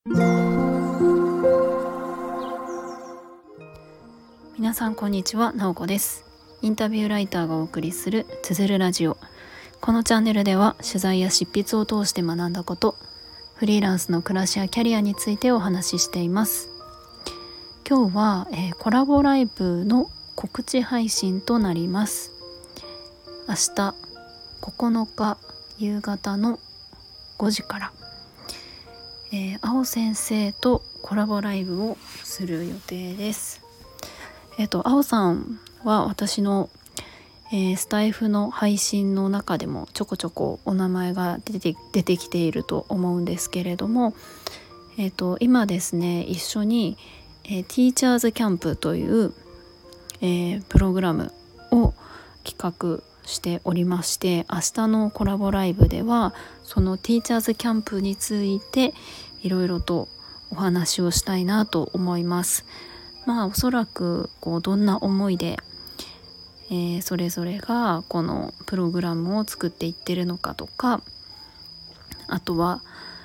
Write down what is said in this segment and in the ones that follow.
皆さんこんにちは、なおこです。インタビューライターがお送りするつづるラジオ。このチャンネルでは取材や執筆を通して学んだこと、フリーランスの暮らしやキャリアについてお話ししています。今日は、コラボライブの告知配信となります。明日9日夕方の5時から、青先生とコラボライブをする予定です。青さんは私の、スタイフの配信の中でもちょこちょこお名前が出てきていると思うんですけれども、今ですね一緒に、ティーチャーズキャンプという、プログラムを企画しておりまして、明日のコラボライブではそのティーチャーズキャンプについていろいろとお話をしたいなと思います。おそらくどんな思いで、それぞれがこのプログラムを作っていってるのかとか、あとは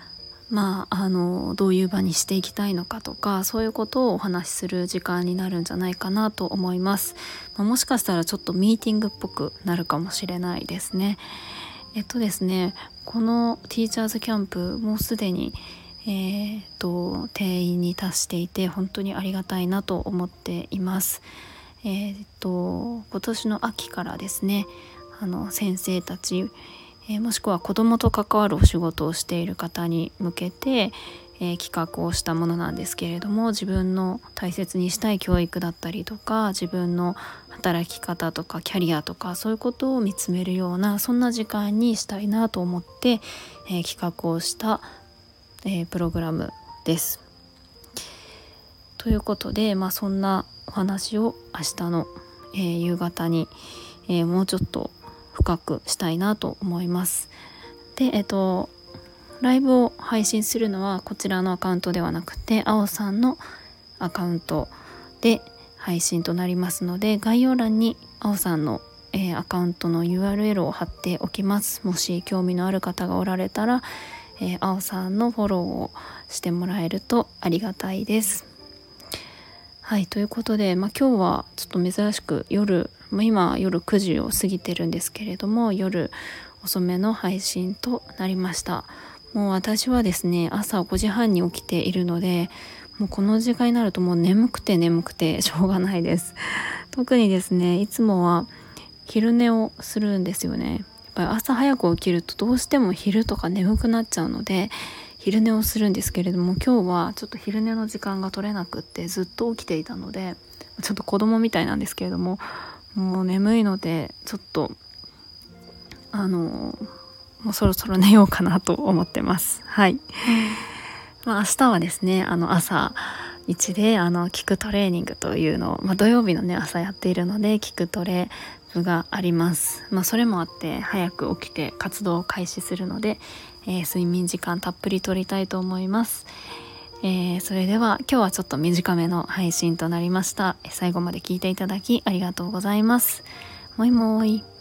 どういう場にしていきたいのかとか、そういうことをお話しする時間になるんじゃないかなと思います。もしかしたらちょっとミーティングっぽくなるかもしれないですね。ですね、このティーチャーズキャンプもうすでに定員に達していて本当にありがたいなと思っています。今年の秋からですね、先生たち、もしくは子どもと関わるお仕事をしている方に向けて、企画をしたものなんですけれども、自分の大切にしたい教育だったりとか、自分の働き方とかキャリアとか、そういうことを見つめるような、そんな時間にしたいなと思って、企画をしたプログラムです。ということで、そんなお話を明日の、夕方に、もうちょっと深くしたいなと思います。で、ライブを配信するのはこちらのアカウントではなくて、青さんのアカウントで配信となりますので、概要欄に青さんのアカウントの URL を貼っておきます。もし興味のある方がおられたら、青さんのフォローをしてもらえるとありがたいです。はい、ということで、今日はちょっと珍しく夜、今夜9時を過ぎてるんですけれども、夜遅めの配信となりました。もう私はですね、朝5時半に起きているので、もうこの時間になるともう眠くてしょうがないです。特にですね、いつもは昼寝をするんですよね。やっぱり朝早く起きるとどうしても昼とか眠くなっちゃうので、昼寝をするんですけれども、今日はちょっと昼寝の時間が取れなくってずっと起きていたので、ちょっと子供みたいなんですけれども、もう眠いのでちょっともうそろそろ寝ようかなと思ってます。はい。明日はですね、朝一で聞くトレーニングというのを、土曜日のね朝やっているので、聞くトレ部があります。それもあって早く起きて活動を開始するので、睡眠時間たっぷり取りたいと思います。それでは今日はちょっと短めの配信となりました。最後まで聞いていただきありがとうございます。もいもーい。